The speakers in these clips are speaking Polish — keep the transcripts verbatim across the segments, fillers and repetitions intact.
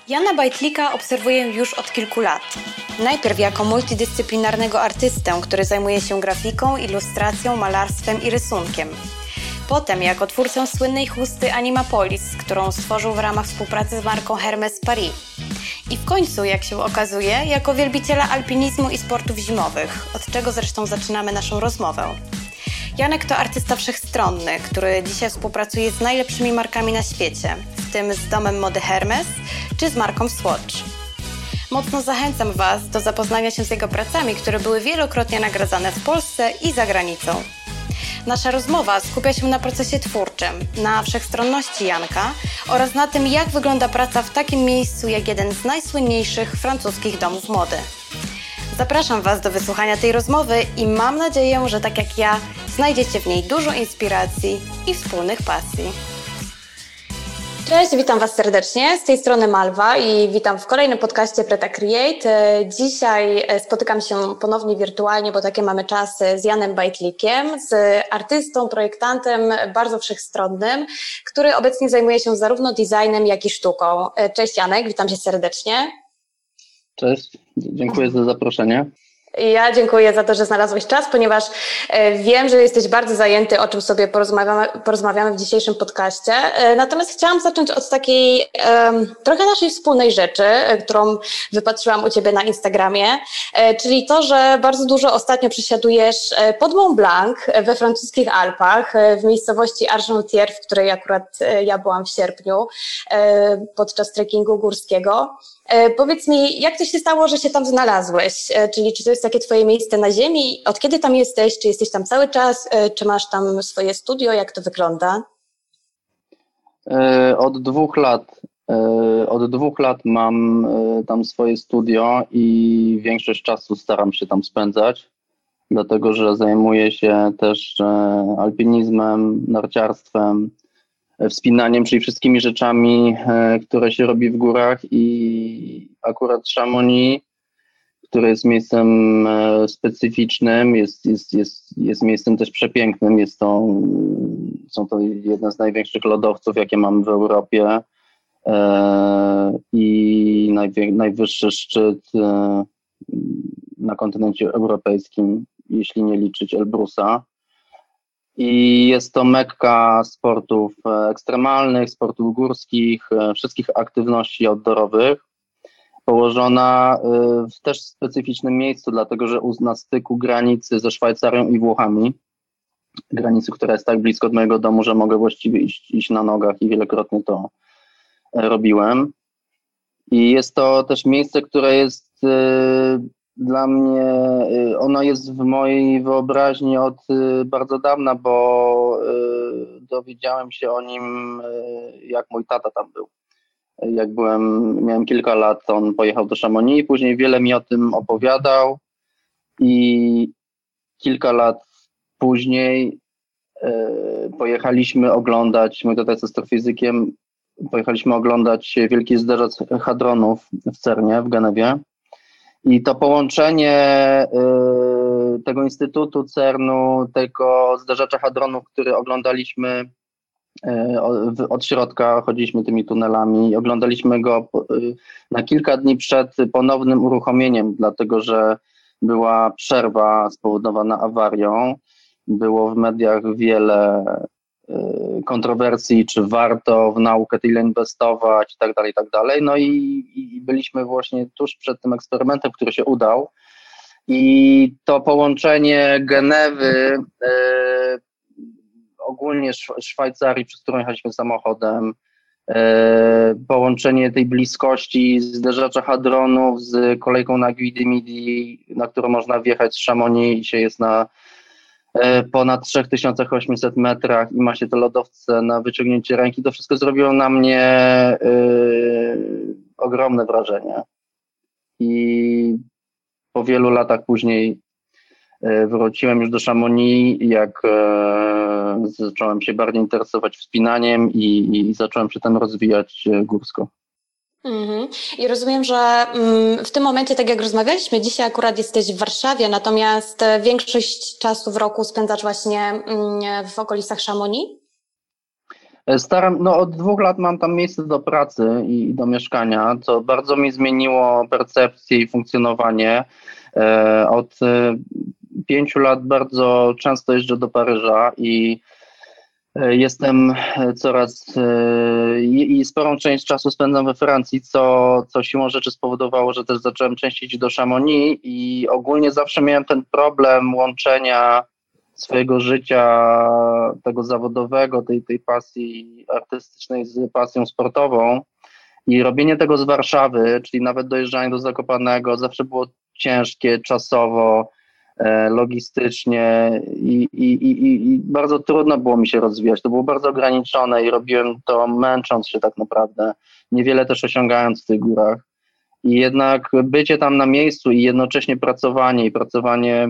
Jana Bajtlika obserwuję już od kilku lat. Najpierw jako multidyscyplinarnego artystę, który zajmuje się grafiką, ilustracją, malarstwem i rysunkiem. Potem jako twórcę słynnej chusty Animapolis, którą stworzył w ramach współpracy z marką Hermes Paris. I w końcu, jak się okazuje, jako wielbiciela alpinizmu i sportów zimowych, od czego zresztą zaczynamy naszą rozmowę. Janek to artysta wszechstronny, który dzisiaj współpracuje z najlepszymi markami na świecie, w tym z domem mody Hermes czy z marką Swatch. Mocno zachęcam Was do zapoznania się z jego pracami, które były wielokrotnie nagradzane w Polsce i za granicą. Nasza rozmowa skupia się na procesie twórczym, na wszechstronności Janka oraz na tym, jak wygląda praca w takim miejscu jak jeden z najsłynniejszych francuskich domów mody. Zapraszam Was do wysłuchania tej rozmowy i mam nadzieję, że tak jak ja, znajdziecie w niej dużo inspiracji i wspólnych pasji. Cześć, witam Was serdecznie. Z tej strony Malwa i witam w kolejnym podcaście Preta Create. Dzisiaj spotykam się ponownie wirtualnie, bo takie mamy czasy, z Janem Bajtlikiem, z artystą, projektantem bardzo wszechstronnym, który obecnie zajmuje się zarówno designem, jak i sztuką. Cześć Janek, witam Cię serdecznie. Cześć, dziękuję za zaproszenie. Ja dziękuję za to, że znalazłeś czas, ponieważ wiem, że jesteś bardzo zajęty, o czym sobie porozmawiamy, porozmawiamy w dzisiejszym podcaście. Natomiast chciałam zacząć od takiej um, trochę naszej wspólnej rzeczy, którą wypatrzyłam u Ciebie na Instagramie, czyli to, że bardzo dużo ostatnio przesiadujesz pod Mont Blanc we francuskich Alpach, w miejscowości Argentière, w której akurat ja byłam w sierpniu podczas trekkingu górskiego. Powiedz mi, jak to się stało, że się tam znalazłeś? Czyli czy to jest takie Twoje miejsce na ziemi? Od kiedy tam jesteś? Czy jesteś tam cały czas? Czy masz tam swoje studio? Jak to wygląda? Od dwóch lat. Od dwóch lat mam tam swoje studio i większość czasu staram się tam spędzać, dlatego że zajmuję się też alpinizmem, narciarstwem, wspinaniem, czyli wszystkimi rzeczami, które się robi w górach i akurat Chamonix, które jest miejscem specyficznym, jest, jest, jest, jest miejscem też przepięknym. Jest to, są to jedne z największych lodowców, jakie mamy w Europie i najwie, najwyższy szczyt na kontynencie europejskim, jeśli nie liczyć Elbrusa. I jest to mekka sportów ekstremalnych, sportów górskich, wszystkich aktywności outdoorowych, położona w też specyficznym miejscu, dlatego że na styku granicy ze Szwajcarią i Włochami, granicy, która jest tak blisko od mojego domu, że mogę właściwie iść, iść na nogach i wielokrotnie to robiłem. I jest to też miejsce, które jest dla mnie, ono jest w mojej wyobraźni od bardzo dawna, bo dowiedziałem się o nim, jak mój tata tam był. Jak byłem, miałem kilka lat, on pojechał do Chamonix, później wiele mi o tym opowiadał i kilka lat później pojechaliśmy oglądać, mój tata jest astrofizykiem, pojechaliśmy oglądać Wielki Zderzacz Hadronów w Cernie, w Genewie. I to połączenie y, tego Instytutu cernu, tego zderzacza hadronów, który oglądaliśmy y, od, od środka, chodziliśmy tymi tunelami, oglądaliśmy go y, na kilka dni przed ponownym uruchomieniem, dlatego że była przerwa spowodowana awarią. Było w mediach wiele y, kontrowersji, czy warto w naukę tyle inwestować i tak dalej, i tak dalej. No i, i byliśmy właśnie tuż przed tym eksperymentem, który się udał. I to połączenie Genewy, y, ogólnie Szwajcarii, przez którą jechaliśmy samochodem, y, połączenie tej bliskości zderzacza hadronów z kolejką na Guy de Midi, na którą można wjechać z Chamonix i się jest na ponad trzy tysiące osiemset metrach i ma się te lodowce na wyciągnięcie ręki, to wszystko zrobiło na mnie y, ogromne wrażenie. I po wielu latach później y, wróciłem już do Chamonix, jak y, zacząłem się bardziej interesować wspinaniem i, i zacząłem się tam rozwijać y, górsko. Mhm. I rozumiem, że mm, w tym momencie, tak jak rozmawialiśmy, dzisiaj akurat jesteś w Warszawie, natomiast większość czasu w roku spędzasz właśnie mm, w okolicach Chamonix? Staram, no od dwóch lat mam tam miejsce do pracy i do mieszkania, co bardzo mi zmieniło percepcję i funkcjonowanie. Od pięciu lat bardzo często jeżdżę do Paryża i jestem coraz i sporą część czasu spędzam we Francji, co, co siłą rzeczy spowodowało, że też zacząłem częściej iść do Chamonix i ogólnie zawsze miałem ten problem łączenia swojego życia, tego zawodowego, tej, tej pasji artystycznej z pasją sportową i robienie tego z Warszawy, czyli nawet dojeżdżanie do Zakopanego zawsze było ciężkie czasowo, logistycznie i, i, i, i bardzo trudno było mi się rozwijać. To było bardzo ograniczone i robiłem to męcząc się tak naprawdę, niewiele też osiągając w tych górach. I jednak bycie tam na miejscu i jednocześnie pracowanie i pracowanie,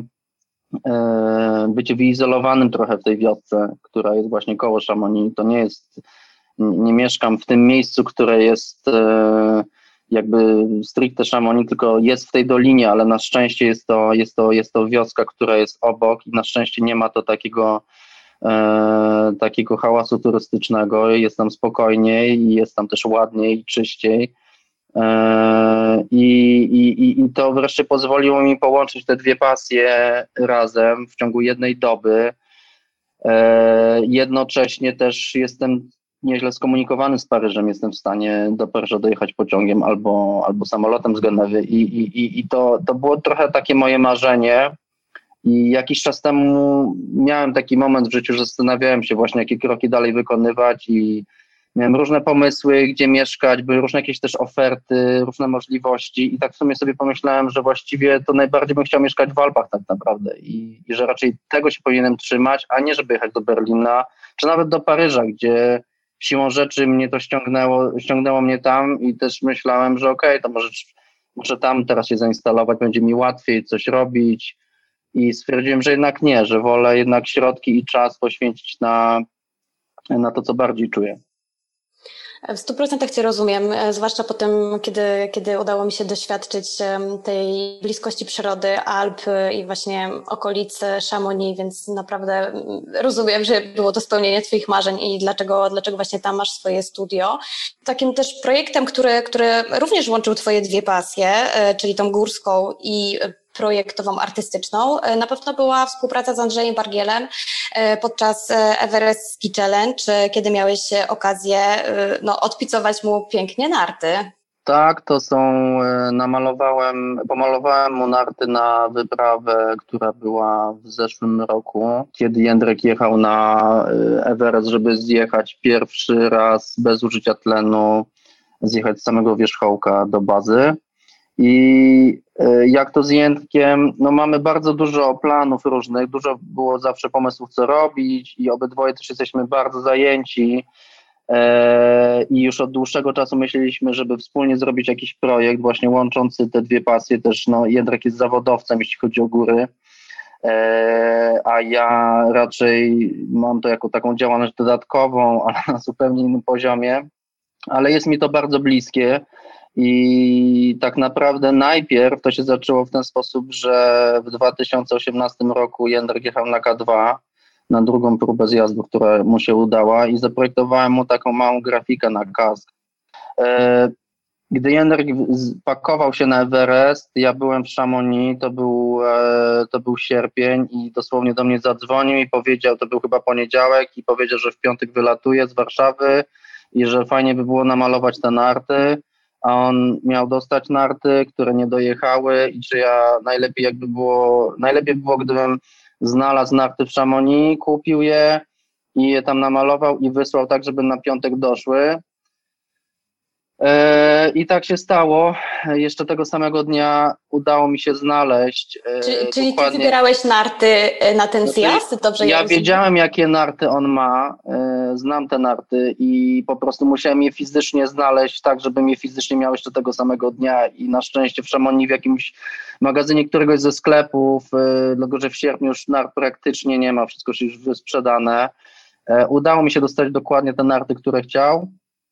e, bycie wyizolowanym trochę w tej wiosce, która jest właśnie koło Chamonix, to nie jest, nie mieszkam w tym miejscu, które jest e, jakby stricte Chamonix, tylko jest w tej dolinie, ale na szczęście jest to, jest to, jest to wioska, która jest obok i na szczęście nie ma to takiego, e, takiego hałasu turystycznego, jest tam spokojniej i jest tam też ładniej i czyściej. E, i, i, I to wreszcie pozwoliło mi połączyć te dwie pasje razem w ciągu jednej doby. E, jednocześnie też jestem nieźle skomunikowany z Paryżem, jestem w stanie do Paryża dojechać pociągiem albo, albo samolotem z Genewy i, i, i to, to było trochę takie moje marzenie i jakiś czas temu miałem taki moment w życiu, że zastanawiałem się właśnie, jakie kroki dalej wykonywać i miałem różne pomysły, gdzie mieszkać, były różne jakieś też oferty, różne możliwości i tak w sumie sobie pomyślałem, że właściwie to najbardziej bym chciał mieszkać w Alpach tak naprawdę i, i że raczej tego się powinienem trzymać, a nie żeby jechać do Berlina, czy nawet do Paryża, gdzie siłą rzeczy mnie to ściągnęło, ściągnęło mnie tam i też myślałem, że okej, okay, to może, może tam teraz się zainstalować, będzie mi łatwiej coś robić i stwierdziłem, że jednak nie, że wolę jednak środki i czas poświęcić na, na to, co bardziej czuję. W stu procentach Cię rozumiem, zwłaszcza po tym, kiedy, kiedy udało mi się doświadczyć tej bliskości przyrody Alp i właśnie okolic Chamonix, więc naprawdę rozumiem, że było to spełnienie Twoich marzeń i dlaczego, dlaczego właśnie tam masz swoje studio. Takim też projektem, który, który również łączył Twoje dwie pasje, czyli tą górską i projektową, artystyczną, na pewno była współpraca z Andrzejem Bargielem podczas Everest Ski Challenge, kiedy miałeś okazję no, odpicować mu pięknie narty. Tak, to są, namalowałem, pomalowałem mu narty na wyprawę, która była w zeszłym roku, kiedy Jędrek jechał na Everest, żeby zjechać pierwszy raz bez użycia tlenu, zjechać z samego wierzchołka do bazy. I jak to z Jędrkiem, no mamy bardzo dużo planów różnych, dużo było zawsze pomysłów, co robić i obydwoje też jesteśmy bardzo zajęci i już od dłuższego czasu myśleliśmy, żeby wspólnie zrobić jakiś projekt właśnie łączący te dwie pasje też, no Jędrek jest zawodowcem, jeśli chodzi o góry, a ja raczej mam to jako taką działalność dodatkową, ale na zupełnie innym poziomie, ale jest mi to bardzo bliskie. I tak naprawdę najpierw to się zaczęło w ten sposób, że w dwa tysiące osiemnastym roku Jędrek jechał na K dwa, na drugą próbę zjazdu, która mu się udała i zaprojektowałem mu taką małą grafikę na kask. Gdy Jędrek pakował się na Everest, ja byłem w Chamonix, to był, to był sierpień i dosłownie do mnie zadzwonił i powiedział, to był chyba poniedziałek i powiedział, że w piątek wylatuje z Warszawy i że fajnie by było namalować te narty, a on miał dostać narty, które nie dojechały i czy ja najlepiej jakby było, najlepiej by było, gdybym znalazł narty w Chamonix, kupił je i je tam namalował i wysłał tak, żeby na piątek doszły. I tak się stało. Jeszcze tego samego dnia udało mi się znaleźć. Czyli, czyli ty wybierałeś narty na ten zjazd? Dobrze, ja ja wiedziałem, jakie narty on ma, znam te narty i po prostu musiałem je fizycznie znaleźć tak, żebym je fizycznie miał jeszcze tego samego dnia i na szczęście w Chamonix w jakimś magazynie któregoś ze sklepów, dlatego że w sierpniu już nart praktycznie nie ma, wszystko już wysprzedane. Udało mi się dostać dokładnie te narty, które chciał.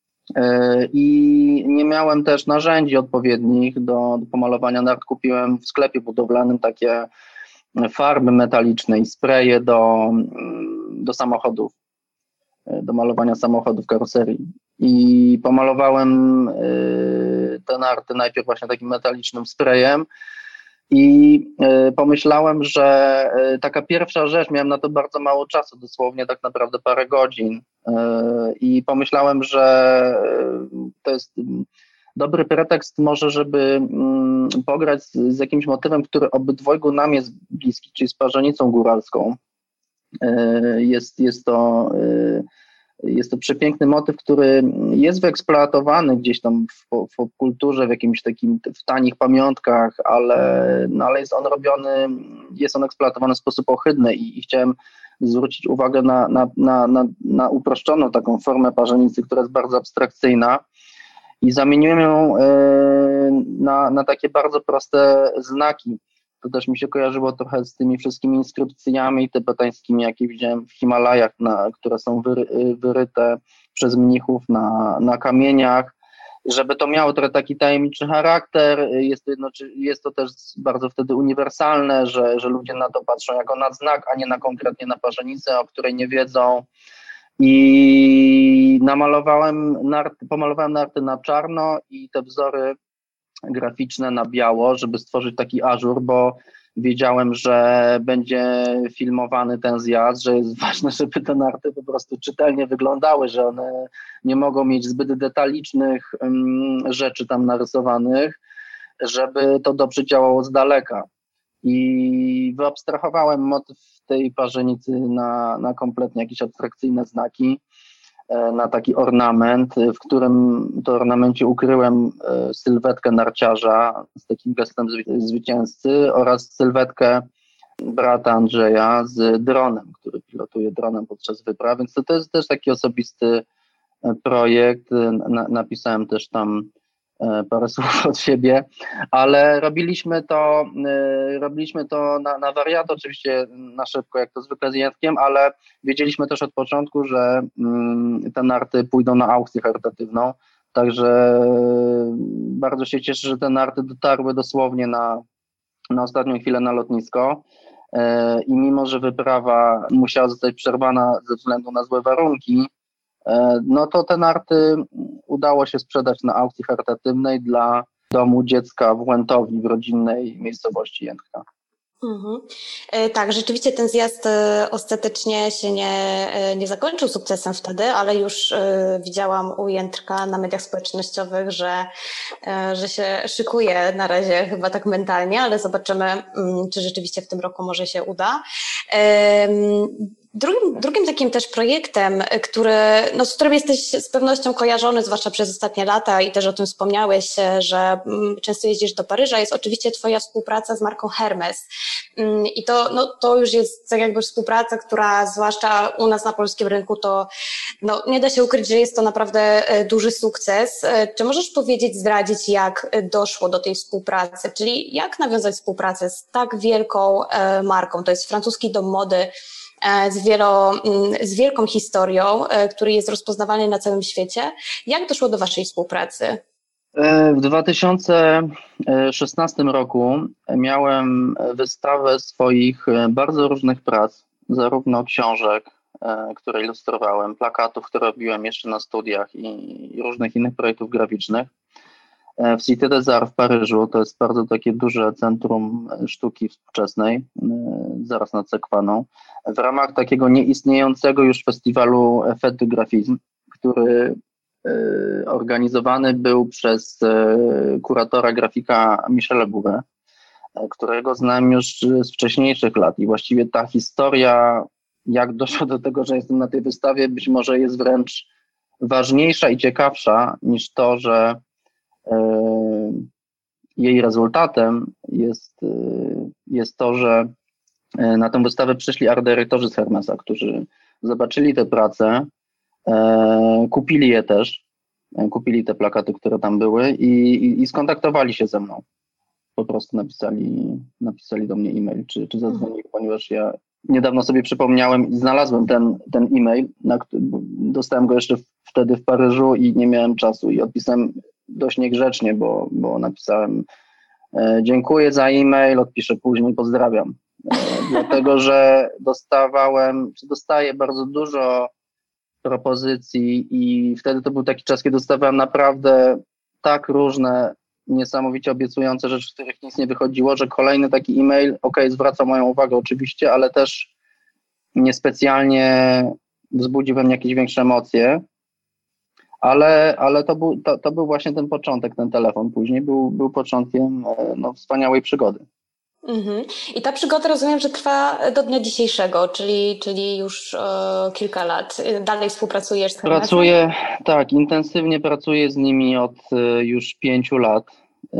I nie miałem też narzędzi odpowiednich do, do pomalowania nart. Kupiłem w sklepie budowlanym takie farby metaliczne i spreje do, do samochodów. do malowania samochodów, karoserii. I pomalowałem te narty najpierw właśnie takim metalicznym sprayem i pomyślałem, że taka pierwsza rzecz, miałem na to bardzo mało czasu, dosłownie tak naprawdę parę godzin, i pomyślałem, że to jest dobry pretekst może, żeby pograć z, z jakimś motywem, który obydwojgu nam jest bliski, czyli z parzonicą góralską. Jest, jest to... Jest to przepiękny motyw, który jest wyeksploatowany gdzieś tam w, w popkulturze, w jakimś takim, w tanich pamiątkach, ale, no ale jest on robiony, jest on eksploatowany w sposób ohydny i, i chciałem zwrócić uwagę na, na, na, na, na uproszczoną taką formę parzenicy, która jest bardzo abstrakcyjna, i zamieniłem ją na, na takie bardzo proste znaki. To też mi się kojarzyło trochę z tymi wszystkimi inskrypcjami tybetańskimi, jakie widziałem w Himalajach, na, które są wyry, wyryte przez mnichów na, na kamieniach, żeby to miało trochę taki tajemniczy charakter. Jest to, jedno, jest to też bardzo wtedy uniwersalne, że, że ludzie na to patrzą jako na znak, a nie na konkretnie na parzenicę, o której nie wiedzą. I namalowałem narty, pomalowałem narty na czarno i te wzory graficzne na biało, żeby stworzyć taki ażur, bo wiedziałem, że będzie filmowany ten zjazd, że jest ważne, żeby te narty po prostu czytelnie wyglądały, że one nie mogą mieć zbyt detalicznych um, rzeczy tam narysowanych, żeby to dobrze działało z daleka. I wyabstrahowałem motyw tej parzenicy na, na kompletnie jakieś abstrakcyjne znaki, na taki ornament, w którym to ornamencie ukryłem sylwetkę narciarza z takim gestem zwycięzcy oraz sylwetkę brata Andrzeja z dronem, który pilotuje dronem podczas wypraw, więc to, to jest też taki osobisty projekt. Na, napisałem też tam parę słów od siebie, ale robiliśmy to, robiliśmy to na, na wariat, oczywiście na szybko, jak to zwykle z Jędrkiem, ale wiedzieliśmy też od początku, że te narty pójdą na aukcję charytatywną, także bardzo się cieszę, że te narty dotarły dosłownie na, na ostatnią chwilę na lotnisko i mimo, że wyprawa musiała zostać przerwana ze względu na złe warunki, no to te narty udało się sprzedać na aukcji charytatywnej dla domu dziecka w Łętowi, w rodzinnej miejscowości Jędrka. Mhm. Tak, rzeczywiście ten zjazd ostatecznie się nie, nie zakończył sukcesem wtedy, ale już widziałam u Jędrka na mediach społecznościowych, że, że się szykuje na razie chyba tak mentalnie, ale zobaczymy, czy rzeczywiście w tym roku może się uda. Drugim, drugim takim też projektem, który, no, z którym jesteś z pewnością kojarzony, zwłaszcza przez ostatnie lata i też o tym wspomniałeś, że często jeździsz do Paryża, jest oczywiście twoja współpraca z marką Hermes. I to, no, to już jest tak jakby współpraca, która zwłaszcza u nas na polskim rynku to no, nie da się ukryć, że jest to naprawdę duży sukces. Czy możesz powiedzieć, zdradzić, jak doszło do tej współpracy? Czyli jak nawiązać współpracę z tak wielką marką? To jest francuski dom mody, Z, wielo, z wielką historią, który jest rozpoznawany na całym świecie. Jak doszło do waszej współpracy? W dwa tysiące szesnastym roku miałem wystawę swoich bardzo różnych prac, zarówno książek, które ilustrowałem, plakatów, które robiłem jeszcze na studiach i różnych innych projektów graficznych w Cité des Arts w Paryżu. To jest bardzo takie duże centrum sztuki współczesnej, zaraz nad Sekwaną, w ramach takiego nieistniejącego już festiwalu Fête du Graphisme, który organizowany był przez kuratora grafika Michela Bouvet, którego znam już z wcześniejszych lat i właściwie ta historia, jak doszło do tego, że jestem na tej wystawie, być może jest wręcz ważniejsza i ciekawsza niż to, że jej rezultatem jest, jest to, że na tę wystawę przyszli art dyrektorzy z Hermesa, którzy zobaczyli te prace, kupili je też, kupili te plakaty, które tam były i, i, i skontaktowali się ze mną. Po prostu napisali, napisali do mnie e-mail, czy, czy zadzwonili, ponieważ ja niedawno sobie przypomniałem i znalazłem ten, ten e-mail, na, dostałem go jeszcze wtedy w Paryżu i nie miałem czasu i odpisałem dość niegrzecznie, bo, bo napisałem e, dziękuję za e-mail, odpiszę później, pozdrawiam. E, dlatego, że dostawałem, czy dostaję bardzo dużo propozycji i wtedy to był taki czas, kiedy dostawałem naprawdę tak różne, niesamowicie obiecujące rzeczy, z których nic nie wychodziło, że kolejny taki e-mail, ok, zwraca moją uwagę oczywiście, ale też niespecjalnie wzbudził we mnie jakieś większe emocje, ale, ale to, był, to, to był właśnie ten początek, ten telefon później był, był początkiem no, wspaniałej przygody. Mhm. I ta przygoda, rozumiem, że trwa do dnia dzisiejszego, czyli, czyli już e, kilka lat. Dalej współpracujesz z Hermesem? Pracuję, tak, intensywnie pracuję z nimi od e, już pięciu lat e,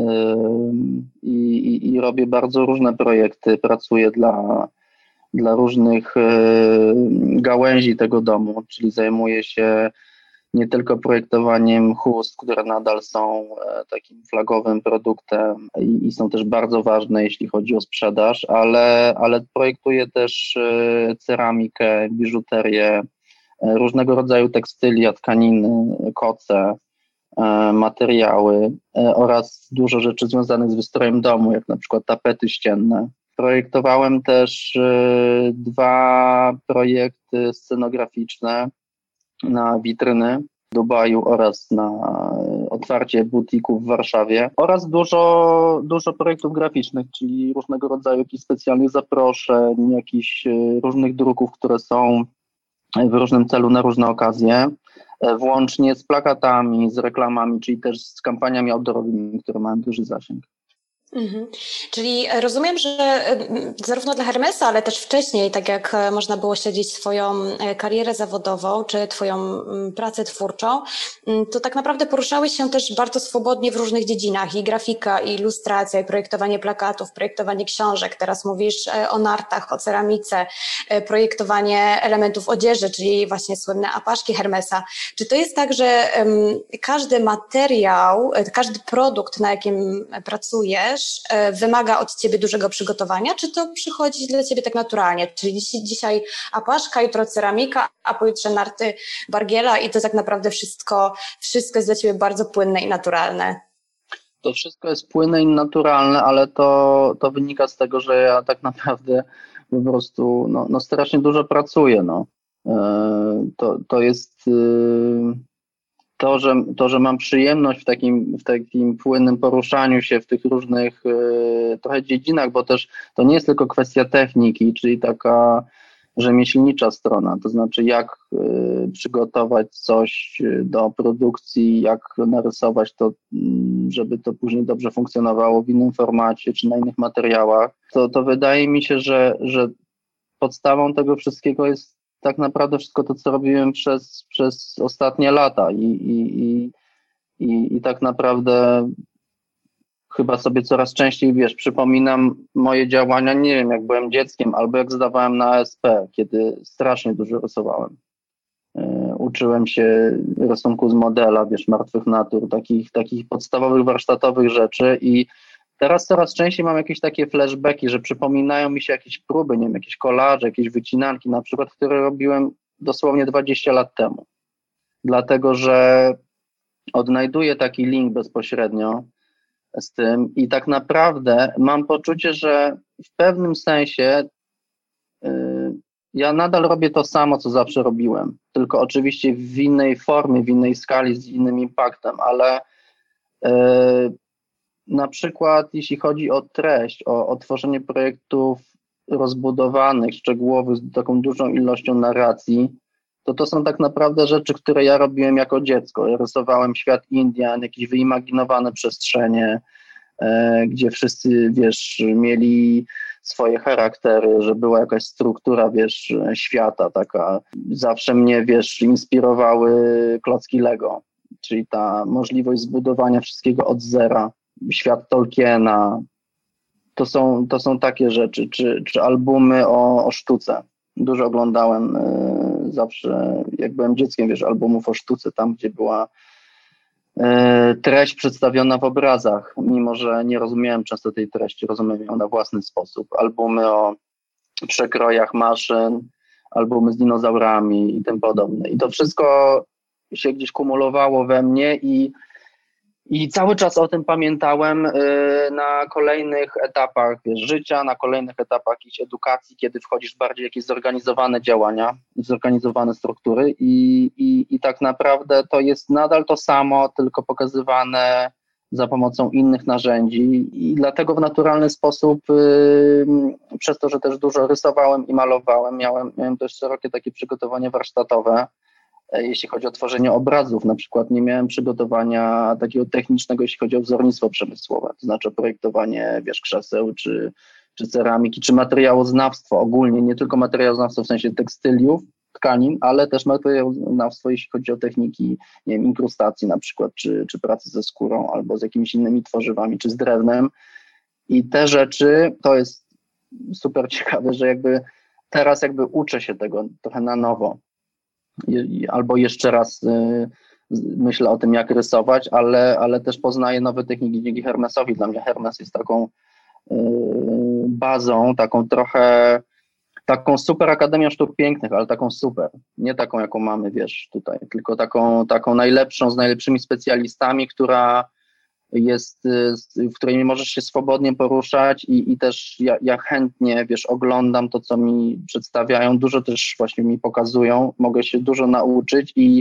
i, i robię bardzo różne projekty. Pracuję dla, dla różnych e, gałęzi tego domu, czyli zajmuję się nie tylko projektowaniem chust, które nadal są takim flagowym produktem i, i są też bardzo ważne, jeśli chodzi o sprzedaż, ale, ale projektuję też ceramikę, biżuterię, różnego rodzaju tekstylia, tkaniny, koce, materiały oraz dużo rzeczy związanych z wystrojem domu, jak na przykład tapety ścienne. Projektowałem też dwa projekty scenograficzne na witryny w Dubaju oraz na otwarcie butiku w Warszawie oraz dużo, dużo projektów graficznych, czyli różnego rodzaju jakichś specjalnych zaproszeń, jakichś różnych druków, które są w różnym celu na różne okazje, włącznie z plakatami, z reklamami, czyli też z kampaniami outdoorowymi, które mają duży zasięg. Mhm. Czyli rozumiem, że zarówno dla Hermesa, ale też wcześniej, tak jak można było śledzić swoją karierę zawodową, czy twoją pracę twórczą, to tak naprawdę poruszałeś się też bardzo swobodnie w różnych dziedzinach, i grafika, i ilustracja, i projektowanie plakatów, projektowanie książek, teraz mówisz o nartach, o ceramice, projektowanie elementów odzieży, czyli właśnie słynne apaszki Hermesa. Czy to jest tak, że każdy materiał, każdy produkt, na jakim pracujesz, wymaga od ciebie dużego przygotowania, czy to przychodzi dla ciebie tak naturalnie? Czyli dzisiaj apaszka, jutro ceramika, a pojutrze narty Bargiela i to tak naprawdę wszystko, wszystko jest dla ciebie bardzo płynne i naturalne. To wszystko jest płynne i naturalne, ale to, to wynika z tego, że ja tak naprawdę po prostu no, no strasznie dużo pracuję. No. To, to jest to że, to, że mam przyjemność w takim, w takim płynnym poruszaniu się w tych różnych trochę dziedzinach, bo też to nie jest tylko kwestia techniki, czyli taka rzemieślnicza strona, to znaczy jak y, przygotować coś do produkcji, jak narysować to, żeby to później dobrze funkcjonowało w innym formacie czy na innych materiałach, to, to wydaje mi się, że, że podstawą tego wszystkiego jest tak naprawdę wszystko to, co robiłem przez, przez ostatnie lata i, i, i, i, i tak naprawdę chyba sobie coraz częściej, wiesz, przypominam moje działania, nie wiem, jak byłem dzieckiem albo jak zdawałem na A S P, kiedy strasznie dużo rysowałem. Yy, uczyłem się rysunku z modela, wiesz, martwych natur, takich, takich podstawowych warsztatowych rzeczy i teraz coraz częściej mam jakieś takie flashbacki, że przypominają mi się jakieś próby, nie wiem, jakieś kolaże, jakieś wycinanki na przykład, które robiłem dosłownie dwadzieścia lat temu. Dlatego, że odnajduję taki link bezpośrednio z tym i tak naprawdę mam poczucie, że w pewnym sensie yy, ja nadal robię to samo, co zawsze robiłem, tylko oczywiście w innej formie, w innej skali, z innym impaktem, ale yy, na przykład jeśli chodzi o treść, o, o tworzenie projektów rozbudowanych, szczegółowych, z taką dużą ilością narracji, to to są tak naprawdę rzeczy, które ja robiłem jako dziecko. Ja rysowałem świat Indian, jakieś wyimaginowane przestrzenie, gdzie wszyscy, wiesz, mieli swoje charaktery, że była jakaś struktura, wiesz, świata taka. Zawsze mnie, wiesz, inspirowały klocki Lego, czyli ta możliwość zbudowania wszystkiego od zera. Świat Tolkiena, to są, to są takie rzeczy, czy, czy albumy o, o sztuce. Dużo oglądałem y, zawsze, jak byłem dzieckiem, wiesz, albumów o sztuce, tam gdzie była treść przedstawiona w obrazach, mimo że nie rozumiałem często tej treści, rozumiem ją na własny sposób. Albumy o przekrojach maszyn, albumy z dinozaurami i tym podobne. I to wszystko się gdzieś kumulowało we mnie i, I cały czas o tym pamiętałem na kolejnych etapach wiesz, życia, na kolejnych etapach jakiejś edukacji, kiedy wchodzisz bardziej w jakieś zorganizowane działania, zorganizowane struktury i, i, i tak naprawdę to jest nadal to samo, tylko pokazywane za pomocą innych narzędzi i dlatego w naturalny sposób, yy, przez to, że też dużo rysowałem i malowałem, miałem, miałem dość szerokie takie przygotowanie warsztatowe, jeśli chodzi o tworzenie obrazów, na przykład nie miałem przygotowania takiego technicznego, jeśli chodzi o wzornictwo przemysłowe, to znaczy projektowanie, wiesz, krzeseł, czy, czy ceramiki, czy materiałoznawstwo ogólnie, nie tylko materiałoznawstwo w sensie tekstyliów, tkanin, ale też materiałoznawstwo, jeśli chodzi o techniki, nie wiem, inkrustacji na przykład, czy, czy pracy ze skórą, albo z jakimiś innymi tworzywami, czy z drewnem. I te rzeczy, to jest super ciekawe, że jakby teraz jakby uczę się tego trochę na nowo. Albo jeszcze raz y, myślę o tym, jak rysować, ale, ale też poznaję nowe techniki dzięki Hermesowi. Dla mnie Hermes jest taką y, bazą, taką trochę, taką super Akademią Sztuk Pięknych, ale taką super, nie taką, jaką mamy, wiesz, tutaj, tylko taką, taką najlepszą, z najlepszymi specjalistami, która jest, w której możesz się swobodnie poruszać i, i też ja, ja chętnie, wiesz, oglądam to, co mi przedstawiają, dużo też właśnie mi pokazują, mogę się dużo nauczyć i,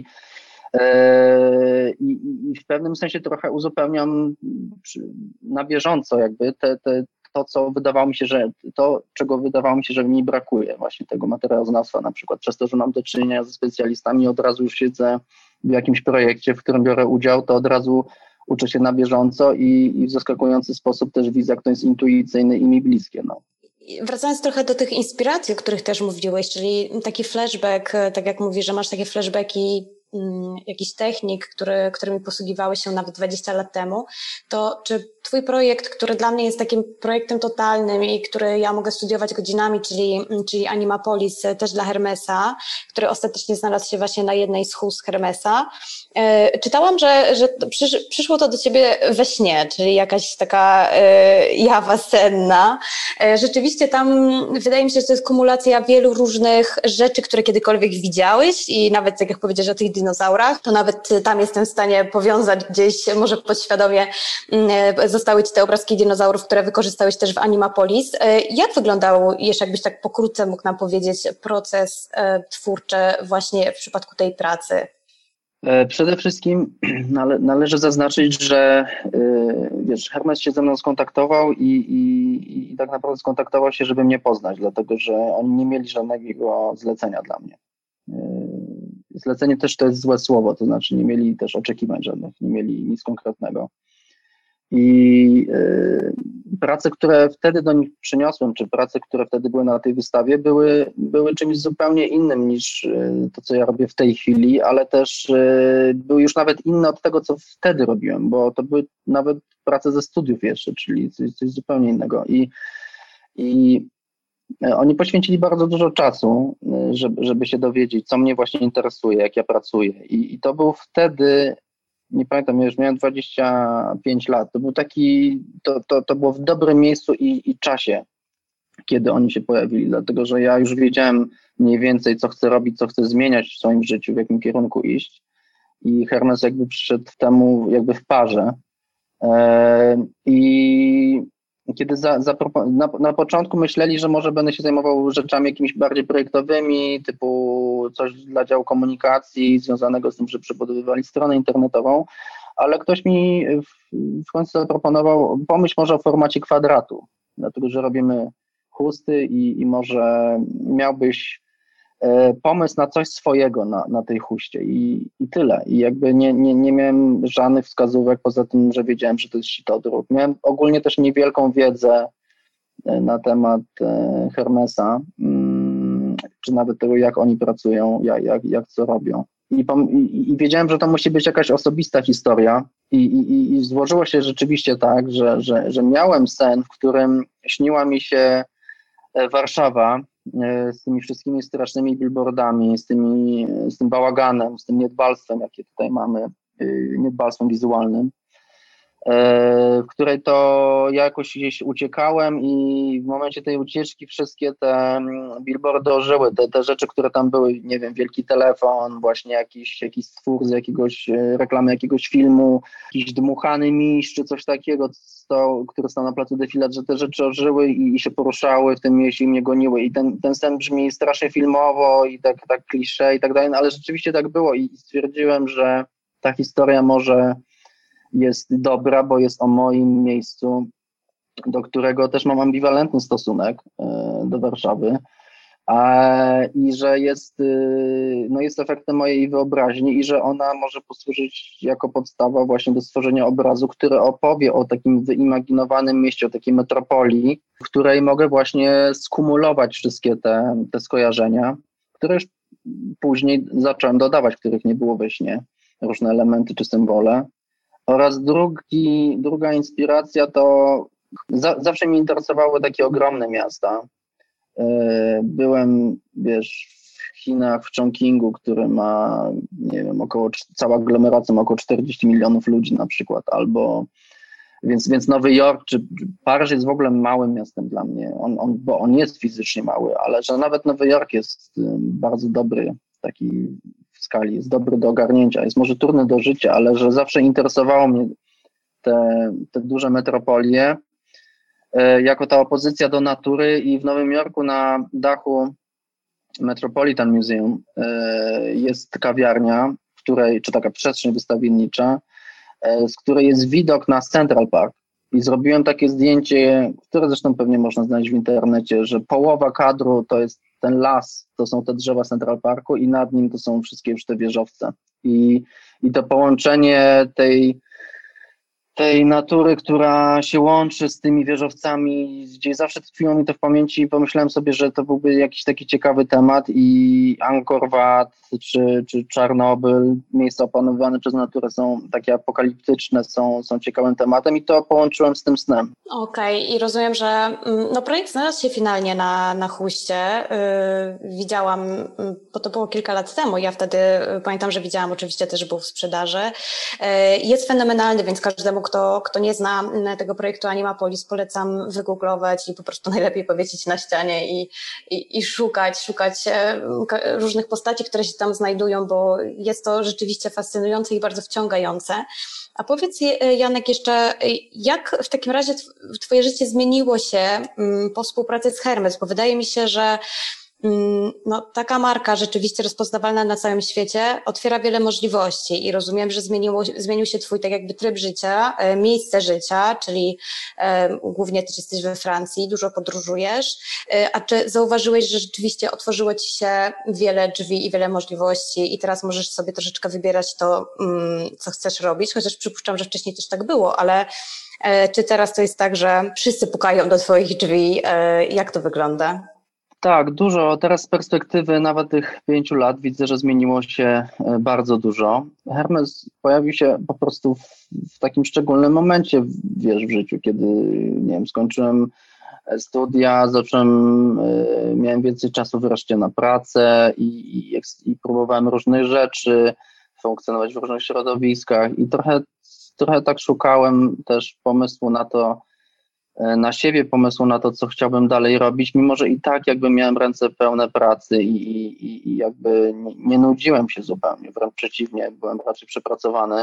e, i, i w pewnym sensie trochę uzupełniam na bieżąco jakby te, te, to, co wydawało mi się, że to, czego wydawało mi się, że mi brakuje, właśnie tego materiałoznawstwa na przykład, przez to, że mam do czynienia ze specjalistami, od razu już siedzę w jakimś projekcie, w którym biorę udział, to od razu uczę się na bieżąco i, i w zaskakujący sposób też widzę, jak to jest intuicyjne i mi bliskie. No. Wracając trochę do tych inspiracji, o których też mówiłeś, czyli taki flashback, tak jak mówisz, że masz takie flashbacki um, jakichś technik, które, którymi posługiwałeś się nawet dwadzieścia lat temu, to czy twój projekt, który dla mnie jest takim projektem totalnym i który ja mogę studiować godzinami, czyli, czyli Animapolis, też dla Hermesa, który ostatecznie znalazł się właśnie na jednej z chust Hermesa. E, czytałam, że, że przysz, przyszło to do ciebie we śnie, czyli jakaś taka e, jawa senna. E, rzeczywiście tam wydaje mi się, że to jest kumulacja wielu różnych rzeczy, które kiedykolwiek widziałeś i nawet tak jak powiedziałeś o tych dinozaurach, to nawet tam jestem w stanie powiązać gdzieś, może podświadomie e, zostały ci te obrazki dinozaurów, które wykorzystałeś też w Animapolis. Jak wyglądał, jeszcze jakbyś tak pokrótce mógł nam powiedzieć, proces twórczy właśnie w przypadku tej pracy? Przede wszystkim nale, należy zaznaczyć, że wiesz, Hermes się ze mną skontaktował i, i, i tak naprawdę skontaktował się, żeby mnie poznać, dlatego że oni nie mieli żadnego zlecenia dla mnie. Zlecenie też to jest złe słowo, to znaczy nie mieli też oczekiwań żadnych, nie mieli nic konkretnego. I y, prace, które wtedy do nich przyniosłem, czy prace, które wtedy były na tej wystawie, były, były czymś zupełnie innym niż y, to, co ja robię w tej chwili, ale też y, były już nawet inne od tego, co wtedy robiłem, bo to były nawet prace ze studiów jeszcze, czyli coś, coś zupełnie innego. I, i oni poświęcili bardzo dużo czasu, żeby, żeby się dowiedzieć, co mnie właśnie interesuje, jak ja pracuję. I, i to był wtedy... Nie pamiętam, ja już miałem dwadzieścia pięć lat, to był taki, to, to, to było w dobrym miejscu i, i czasie, kiedy oni się pojawili, dlatego że ja już wiedziałem mniej więcej, co chcę robić, co chcę zmieniać w swoim życiu, w jakim kierunku iść i Hermes jakby przyszedł temu jakby w parze e, i kiedy za, zapropon- na, na początku myśleli, że może będę się zajmował rzeczami jakimiś bardziej projektowymi, typu coś dla działu komunikacji związanego z tym, że przebudowywali stronę internetową, ale ktoś mi w, w końcu zaproponował, pomyśl może o formacie kwadratu, dlatego że robimy chusty i, i może miałbyś e, pomysł na coś swojego na, na tej chuście i, i tyle. I jakby nie, nie, nie miałem żadnych wskazówek, poza tym, że wiedziałem, że to jest sitodruk. Miałem ogólnie też niewielką wiedzę na temat e, Hermesa, mm, czy nawet tego, jak oni pracują, jak, jak, jak co robią. I, i, I wiedziałem, że to musi być jakaś osobista historia i, i, i złożyło się rzeczywiście tak, że, że, że miałem sen, w którym śniła mi się Warszawa z tymi wszystkimi strasznymi billboardami, z, tymi, z tym bałaganem, z tym niedbalstwem, jakie tutaj mamy, niedbalstwem wizualnym. w której to ja jakoś gdzieś uciekałem i w momencie tej ucieczki wszystkie te billboardy ożyły, te, te rzeczy, które tam były, nie wiem, wielki telefon, właśnie jakiś, jakiś stwór z jakiegoś, reklamy jakiegoś filmu, jakiś dmuchany miś czy coś takiego, to, który stał na placu Defilat, że te rzeczy ożyły i, i się poruszały w tym mieście i mnie goniły i ten, ten sen brzmi strasznie filmowo i tak, tak klisze i tak dalej, no ale rzeczywiście tak było i stwierdziłem, że ta historia może jest dobra, bo jest o moim miejscu, do którego też mam ambiwalentny stosunek do Warszawy, a, i że jest, no jest efektem mojej wyobraźni i że ona może posłużyć jako podstawa właśnie do stworzenia obrazu, który opowie o takim wyimaginowanym mieście, o takiej metropolii, w której mogę właśnie skumulować wszystkie te, te skojarzenia, które już później zacząłem dodawać, których nie było we śnie, różne elementy czy symbole. Oraz drugi, druga inspiracja to za, zawsze mnie interesowały takie ogromne miasta. Byłem, wiesz, w Chinach, w Chongqingu, który ma, nie wiem, około, cała aglomeracja ma około czterdzieści milionów ludzi na przykład, albo, więc, więc Nowy Jork czy Paryż jest w ogóle małym miastem dla mnie, on, on, bo on jest fizycznie mały, ale że nawet Nowy Jork jest bardzo dobry, taki w skali, jest dobry do ogarnięcia, jest może trudny do życia, ale że zawsze interesowało mnie te, te duże metropolie, jako ta opozycja do natury i w Nowym Jorku na dachu Metropolitan Museum jest kawiarnia, w której, czy taka przestrzeń wystawiennicza, z której jest widok na Central Park i zrobiłem takie zdjęcie, które zresztą pewnie można znaleźć w internecie, że połowa kadru to jest ten las, to są te drzewa Central Parku i nad nim to są wszystkie już te wieżowce i, i to połączenie tej tej natury, która się łączy z tymi wieżowcami, gdzieś zawsze tkwiło mi to w pamięci i pomyślałem sobie, że to byłby jakiś taki ciekawy temat i Angkor Wat czy, czy Czarnobyl, miejsca opanowane przez naturę są takie apokaliptyczne, są, są ciekawym tematem i to połączyłem z tym snem. Okej, okay. I rozumiem, że no, projekt znalazł się finalnie na, na Huście. Yy, widziałam, bo to było kilka lat temu, ja wtedy pamiętam, że widziałam, oczywiście też był w sprzedaży. Yy, jest fenomenalny, więc każdemu, kto, kto nie zna tego projektu Animapolis, polecam wygooglować i po prostu najlepiej powiesić na ścianie i, i, i szukać, szukać różnych postaci, które się tam znajdują, bo jest to rzeczywiście fascynujące i bardzo wciągające. A powiedz, Janek, jeszcze, jak w takim razie twoje życie zmieniło się po współpracy z Hermes? Bo wydaje mi się, że no, taka marka rzeczywiście rozpoznawalna na całym świecie otwiera wiele możliwości i rozumiem, że zmieniło, zmienił się twój tak jakby tryb życia, miejsce życia, czyli e, głównie też jesteś we Francji, dużo podróżujesz, e, a czy zauważyłeś, że rzeczywiście otworzyło ci się wiele drzwi i wiele możliwości i teraz możesz sobie troszeczkę wybierać to, mm, co chcesz robić, chociaż przypuszczam, że wcześniej też tak było, ale e, czy teraz to jest tak, że wszyscy pukają do twoich drzwi? E, jak to wygląda? Tak, dużo. Teraz z perspektywy nawet tych pięciu lat widzę, że zmieniło się bardzo dużo. Hermes pojawił się po prostu w, w takim szczególnym momencie, wiesz, w życiu, kiedy, nie wiem, skończyłem studia, zacząłem, miałem więcej czasu wreszcie na pracę i, i, i próbowałem różnych rzeczy, funkcjonować w różnych środowiskach i trochę, trochę tak szukałem też pomysłu na to, na siebie, pomysłu na to, co chciałbym dalej robić, mimo że i tak jakby miałem ręce pełne pracy i, i, i jakby nie, nie nudziłem się zupełnie, wręcz przeciwnie, byłem raczej przepracowany,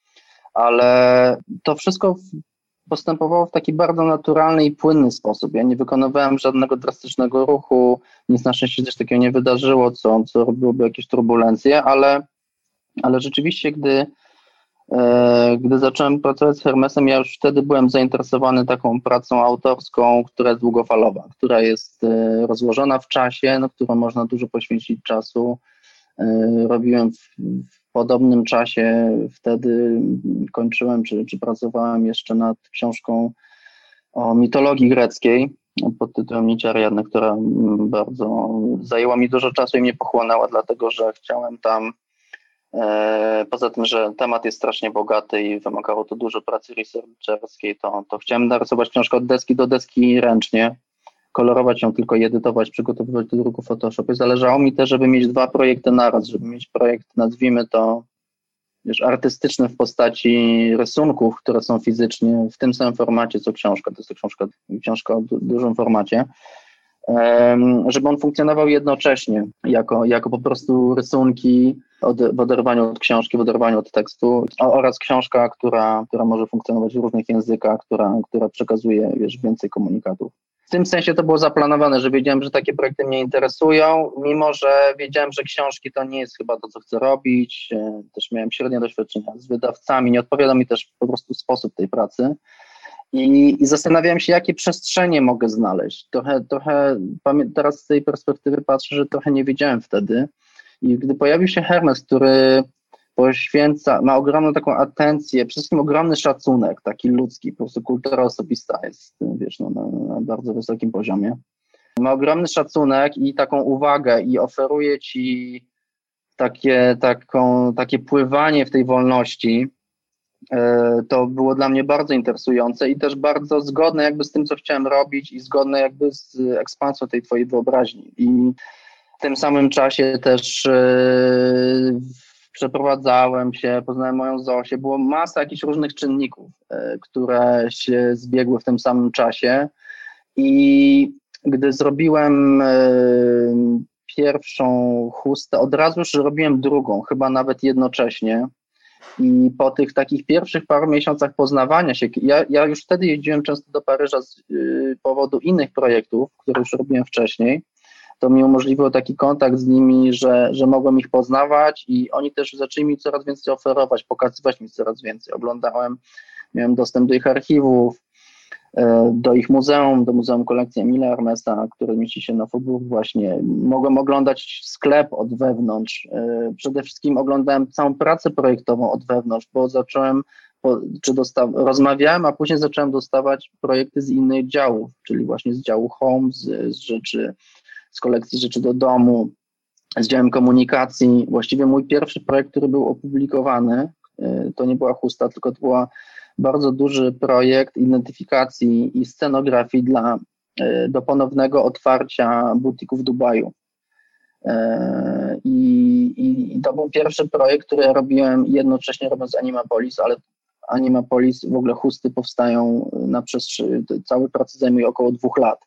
ale to wszystko postępowało w taki bardzo naturalny i płynny sposób. Ja nie wykonywałem żadnego drastycznego ruchu, nic na szczęście też takiego nie wydarzyło, co, co robiłoby jakieś turbulencje, ale, ale rzeczywiście, gdy Gdy zacząłem pracować z Hermesem, ja już wtedy byłem zainteresowany taką pracą autorską, która jest długofalowa, która jest rozłożona w czasie, na którą można dużo poświęcić czasu. Robiłem w, w podobnym czasie, wtedy kończyłem, czy, czy pracowałem jeszcze nad książką o mitologii greckiej pod tytułem Nici Ariadny, która bardzo zajęła mi dużo czasu i mnie pochłonęła, dlatego że chciałem tam. Poza tym, że temat jest strasznie bogaty i wymagało to dużo pracy researcherskiej, to, to chciałem narysować książkę od deski do deski ręcznie, kolorować ją tylko i edytować, przygotowywać do druku w Photoshopie. Zależało mi też, żeby mieć dwa projekty naraz, żeby mieć projekt, nazwijmy to wiesz, artystyczne w postaci rysunków, które są fizycznie w tym samym formacie co książka, to jest to książka, książka o du- dużym formacie, żeby on funkcjonował jednocześnie, jako, jako po prostu rysunki od, w oderwaniu od książki, w oderwaniu od tekstu oraz książka, która, która może funkcjonować w różnych językach, która, która przekazuje, wiesz, więcej komunikatów. W tym sensie to było zaplanowane, że wiedziałem, że takie projekty mnie interesują, mimo że wiedziałem, że książki to nie jest chyba to, co chcę robić. Też miałem średnie doświadczenia z wydawcami, nie odpowiada mi też po prostu sposób tej pracy. I, i zastanawiałem się, jakie przestrzenie mogę znaleźć. Trochę, trochę teraz z tej perspektywy patrzę, że trochę nie wiedziałem wtedy. I gdy pojawił się Hermes, który poświęca, ma ogromną taką atencję, przede wszystkim ogromny szacunek, taki ludzki, po prostu kultura osobista jest, wiesz, no, na, na bardzo wysokim poziomie. Ma ogromny szacunek i taką uwagę i oferuje ci takie, taką, takie pływanie w tej wolności. To było dla mnie bardzo interesujące i też bardzo zgodne jakby z tym, co chciałem robić i zgodne jakby z ekspansją tej twojej wyobraźni. I w tym samym czasie też yy, przeprowadzałem się, poznałem moją Zosię. Było masa jakichś różnych czynników, yy, które się zbiegły w tym samym czasie i gdy zrobiłem yy, pierwszą chustę, od razu już robiłem drugą, chyba nawet jednocześnie. I po tych takich pierwszych paru miesiącach poznawania się, ja, ja już wtedy jeździłem często do Paryża z y, powodu innych projektów, które już robiłem wcześniej, to mi umożliwiło taki kontakt z nimi, że, że mogłem ich poznawać i oni też zaczęli mi coraz więcej oferować, pokazywać mi coraz więcej. Oglądałem, miałem dostęp do ich archiwów, do ich muzeum, do Muzeum Kolekcji Emila Hermesa, które mieści się na Faubourg właśnie. Mogłem oglądać sklep od wewnątrz. Przede wszystkim oglądałem całą pracę projektową od wewnątrz, bo zacząłem, czy dosta- rozmawiałem, a później zacząłem dostawać projekty z innych działów, czyli właśnie z działu Home, z, z rzeczy, z kolekcji rzeczy do domu, z działem komunikacji. Właściwie mój pierwszy projekt, który był opublikowany, to nie była chusta, tylko to była bardzo duży projekt identyfikacji i scenografii dla, do ponownego otwarcia butiku w Dubaju. I, i, I to był pierwszy projekt, który ja robiłem jednocześnie robiąc Animapolis, ale Animapolis, w ogóle chusty powstają na przestrzeni, cały proces zajmuje około dwóch lat.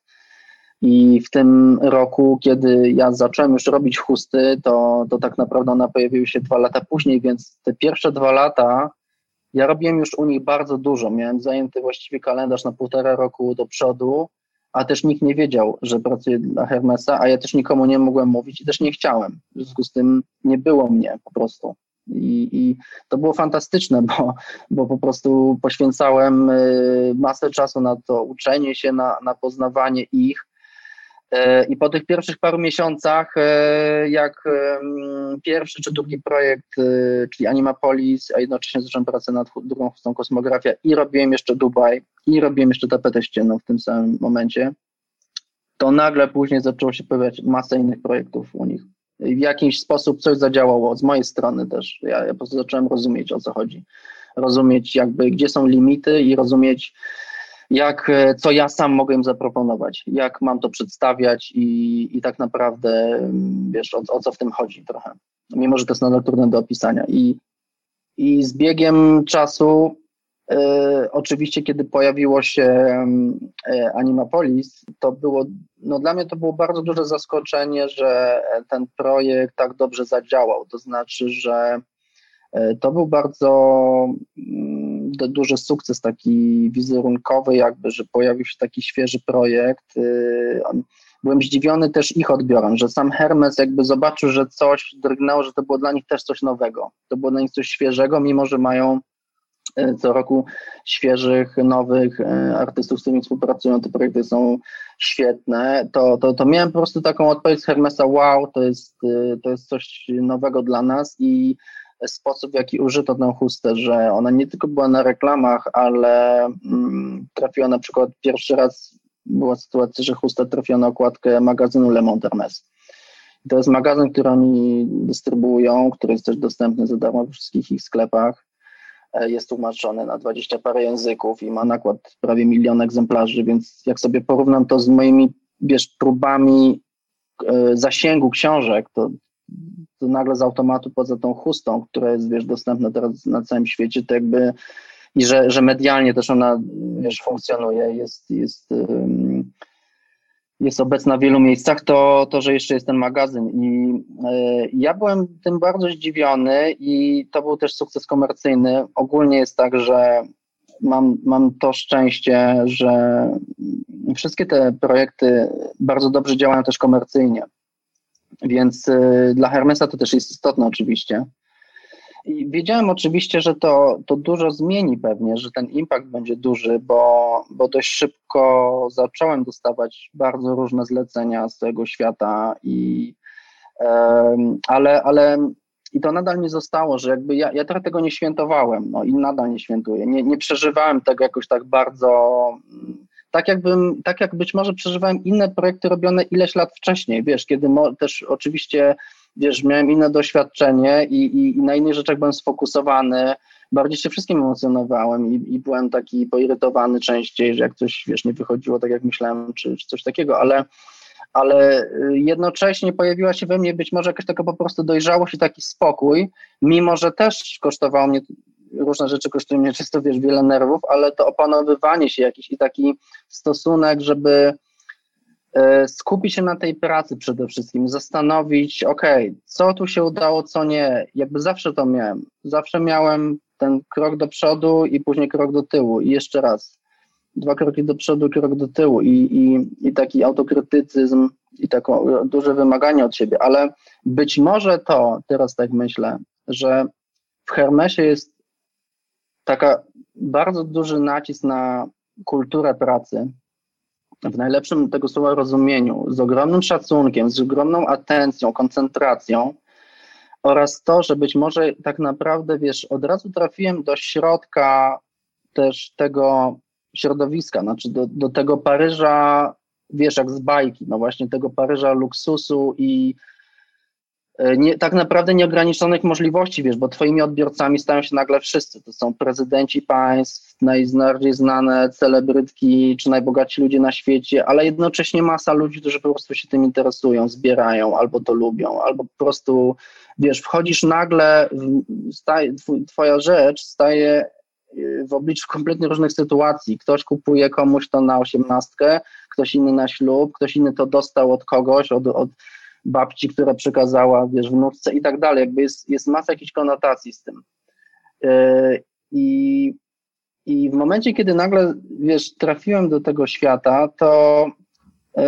I w tym roku, kiedy ja zacząłem już robić chusty, to, to tak naprawdę one pojawiły się dwa lata później, więc te pierwsze dwa lata ja robiłem już u nich bardzo dużo. Miałem zajęty właściwie kalendarz na półtora roku do przodu, a też nikt nie wiedział, że pracuję dla Hermesa, a ja też nikomu nie mogłem mówić i też nie chciałem. W związku z tym nie było mnie po prostu. I, i to było fantastyczne, bo, bo po prostu poświęcałem masę czasu na to uczenie się, na, na poznawanie ich. I po tych pierwszych paru miesiącach, jak pierwszy czy drugi projekt, czyli Animapolis, a jednocześnie zacząłem pracę nad drugą chustą Kosmografia i robiłem jeszcze Dubaj i robiłem jeszcze tapetę ścienną w tym samym momencie, to nagle później zaczęło się pojawiać masa innych projektów u nich. I w jakiś sposób coś zadziałało z mojej strony też. Ja, ja po prostu zacząłem rozumieć, o co chodzi. Rozumieć jakby, gdzie są limity i rozumieć, jak, co ja sam mogę im zaproponować, jak mam to przedstawiać i, i tak naprawdę, wiesz, o, o co w tym chodzi trochę, mimo że to jest nadal trudne do opisania. I, i z biegiem czasu, e, oczywiście, kiedy pojawiło się e, Animapolis, to było, no dla mnie to było bardzo duże zaskoczenie, że ten projekt tak dobrze zadziałał, to znaczy, że to był bardzo duży sukces, taki wizerunkowy jakby, że pojawił się taki świeży projekt. Byłem zdziwiony też ich odbiorem, że sam Hermes jakby zobaczył, że coś drgnęło, że to było dla nich też coś nowego. To było dla nich coś świeżego, mimo że mają co roku świeżych, nowych artystów, z którymi współpracują, te projekty są świetne, to, to, to miałem po prostu taką odpowiedź z Hermesa, wow, to jest, to jest coś nowego dla nas i sposób, w jaki użyto tę chustę, że ona nie tylko była na reklamach, ale mm, trafiła na przykład pierwszy raz, była sytuacja, że chusta trafiła na okładkę magazynu Le Monde Hermes. To jest magazyn, który oni dystrybuują, który jest też dostępny za darmo w wszystkich ich sklepach. Jest tłumaczony na dwadzieścia parę języków i ma nakład prawie milion egzemplarzy, więc jak sobie porównam to z moimi, wiesz, próbami zasięgu książek, to to nagle z automatu poza tą chustą, która jest, wiesz, dostępna teraz na całym świecie, to jakby i że, że medialnie też ona, wiesz, funkcjonuje, jest, jest, jest obecna w wielu miejscach, to, to że jeszcze jest ten magazyn. I y, ja byłem tym bardzo zdziwiony i to był też sukces komercyjny. Ogólnie jest tak, że mam, mam to szczęście, że wszystkie te projekty bardzo dobrze działają też komercyjnie. Więc y, dla Hermesa to też jest istotne oczywiście. I wiedziałem oczywiście, że to, to dużo zmieni pewnie, że ten impact będzie duży, bo, bo dość szybko zacząłem dostawać bardzo różne zlecenia z całego świata i um, ale, ale i to nadal nie zostało, że jakby ja, ja trochę tego nie świętowałem, no i nadal nie świętuję, nie, nie przeżywałem tego jakoś tak bardzo, tak jakbym, tak jak być może przeżywałem inne projekty robione ileś lat wcześniej, wiesz, kiedy mo, też oczywiście wiesz, miałem inne doświadczenie i, i, i na innych rzeczach byłem sfokusowany, bardziej się wszystkim emocjonowałem i, i byłem taki poirytowany częściej, że jak coś, wiesz, nie wychodziło tak jak myślałem, czy, czy coś takiego, ale, ale jednocześnie pojawiła się we mnie być może jakaś taka po prostu dojrzałość i taki spokój, mimo że też kosztowało mnie, różne rzeczy kosztują mnie często, wiesz, wiele nerwów, ale to opanowywanie się jakiś i taki stosunek, żeby skupić się na tej pracy przede wszystkim, zastanowić, okej, co tu się udało, co nie, jakby zawsze to miałem, zawsze miałem ten krok do przodu i później krok do tyłu i jeszcze raz, dwa kroki do przodu, krok do tyłu i, i, i taki autokrytycyzm i takie duże wymaganie od siebie, ale być może to, teraz tak myślę, że w Hermesie jest taka bardzo duży nacisk na kulturę pracy, w najlepszym tego słowa rozumieniu, z ogromnym szacunkiem, z ogromną atencją, koncentracją oraz to, że być może tak naprawdę, wiesz, od razu trafiłem do środka też tego środowiska, znaczy do, do tego Paryża, wiesz, jak z bajki, no właśnie tego Paryża luksusu i nie, tak naprawdę nieograniczonych możliwości, wiesz, bo twoimi odbiorcami stają się nagle wszyscy. To są prezydenci państw, najbardziej znane celebrytki, czy najbogatsi ludzie na świecie, ale jednocześnie masa ludzi, którzy po prostu się tym interesują, zbierają, albo to lubią, albo po prostu, wiesz, wchodzisz nagle, staje, twoja rzecz staje w obliczu kompletnie różnych sytuacji. Ktoś kupuje komuś to na osiemnastkę, ktoś inny na ślub, ktoś inny to dostał od kogoś, od, od babci, która przekazała, wiesz, wnuczce i tak dalej, jakby jest, jest masa jakichś konotacji z tym. Yy, i, I w momencie, kiedy nagle, wiesz, trafiłem do tego świata, to, yy,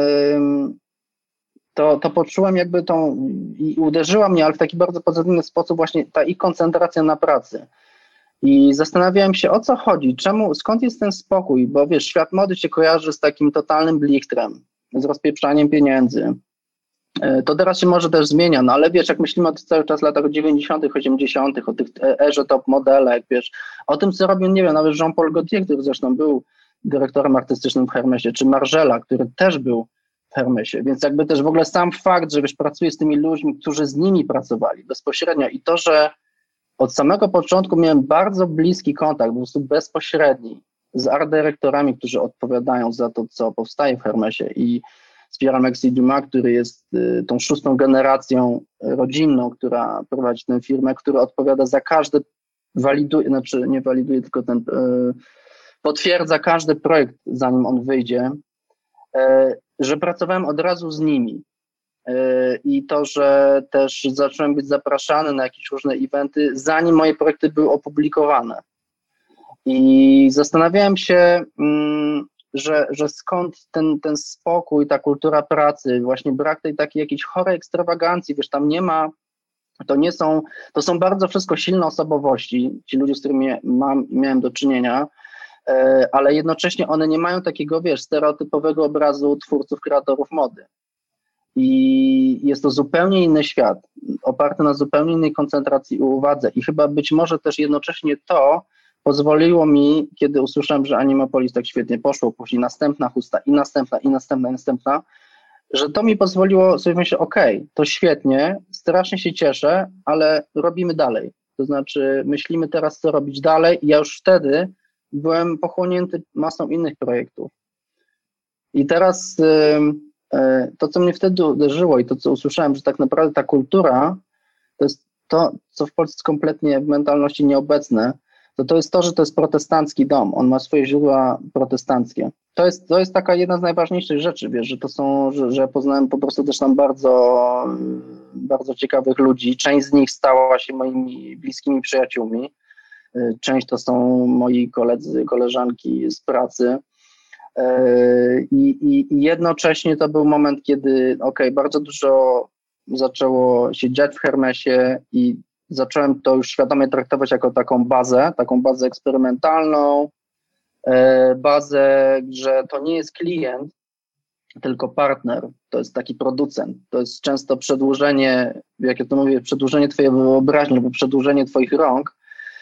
to, to poczułem jakby tą, i uderzyła mnie, ale w taki bardzo pozytywny sposób właśnie ta ich koncentracja na pracy. I zastanawiałem się, o co chodzi, czemu, skąd jest ten spokój, bo wiesz, świat mody się kojarzy z takim totalnym blichtrem, z rozpieprzaniem pieniędzy. To teraz się może też zmienia, no ale wiesz, jak myślimy o tych cały czas latach dziewięćdziesiątych, osiemdziesiątych, o tych erze top modelek, wiesz, o tym, co robił, nie wiem, nawet Jean-Paul Gaultier, który zresztą był dyrektorem artystycznym w Hermesie, czy Margiela, który też był w Hermesie, więc jakby też w ogóle sam fakt, że wiesz, pracuję z tymi ludźmi, którzy z nimi pracowali bezpośrednio i to, że od samego początku miałem bardzo bliski kontakt, po prostu bezpośredni z art dyrektorami, którzy odpowiadają za to, co powstaje w Hermesie i z Pierre'em Alexis Dumas, który jest y, tą szóstą generacją rodzinną, która prowadzi tę firmę, która odpowiada za każdy, waliduje, znaczy nie waliduje, tylko ten, y, potwierdza każdy projekt, zanim on wyjdzie, y, że pracowałem od razu z nimi. Y, I to, że też zacząłem być zapraszany na jakieś różne eventy, zanim moje projekty były opublikowane. I zastanawiałem się, mm, Że, że skąd ten, ten spokój, ta kultura pracy, właśnie brak tej takiej jakiejś chorej ekstrawagancji, wiesz, tam nie ma, to nie są, to są bardzo wszystko silne osobowości, ci ludzie, z którymi mam, miałem do czynienia, ale jednocześnie one nie mają takiego, wiesz, stereotypowego obrazu twórców, kreatorów mody. I jest to zupełnie inny świat, oparty na zupełnie innej koncentracji i uwadze i chyba być może też jednocześnie to pozwoliło mi, kiedy usłyszałem, że Animopolis tak świetnie poszło, później następna chusta i następna, i następna, i następna, że to mi pozwoliło sobie myśleć, okej, okay, to świetnie, strasznie się cieszę, ale robimy dalej. To znaczy myślimy teraz, co robić dalej i ja już wtedy byłem pochłonięty masą innych projektów. I teraz to, co mnie wtedy uderzyło i to, co usłyszałem, że tak naprawdę ta kultura to jest to, co w Polsce jest kompletnie w mentalności nieobecne, to to jest to, że to jest protestancki dom. On ma swoje źródła protestanckie. To jest, to jest taka jedna z najważniejszych rzeczy, wiesz, że to są, że, że poznałem po prostu też tam bardzo, bardzo ciekawych ludzi. Część z nich stała się moimi bliskimi przyjaciółmi. Część to są moi koledzy, koleżanki z pracy. I, i, i jednocześnie to był moment, kiedy okej, okay, bardzo dużo zaczęło się dziać w Hermesie i zacząłem to już świadomie traktować jako taką bazę, taką bazę eksperymentalną, bazę, że to nie jest klient, tylko partner, to jest taki producent, to jest często przedłużenie, jak ja to mówię, przedłużenie twojej wyobraźni albo przedłużenie twoich rąk.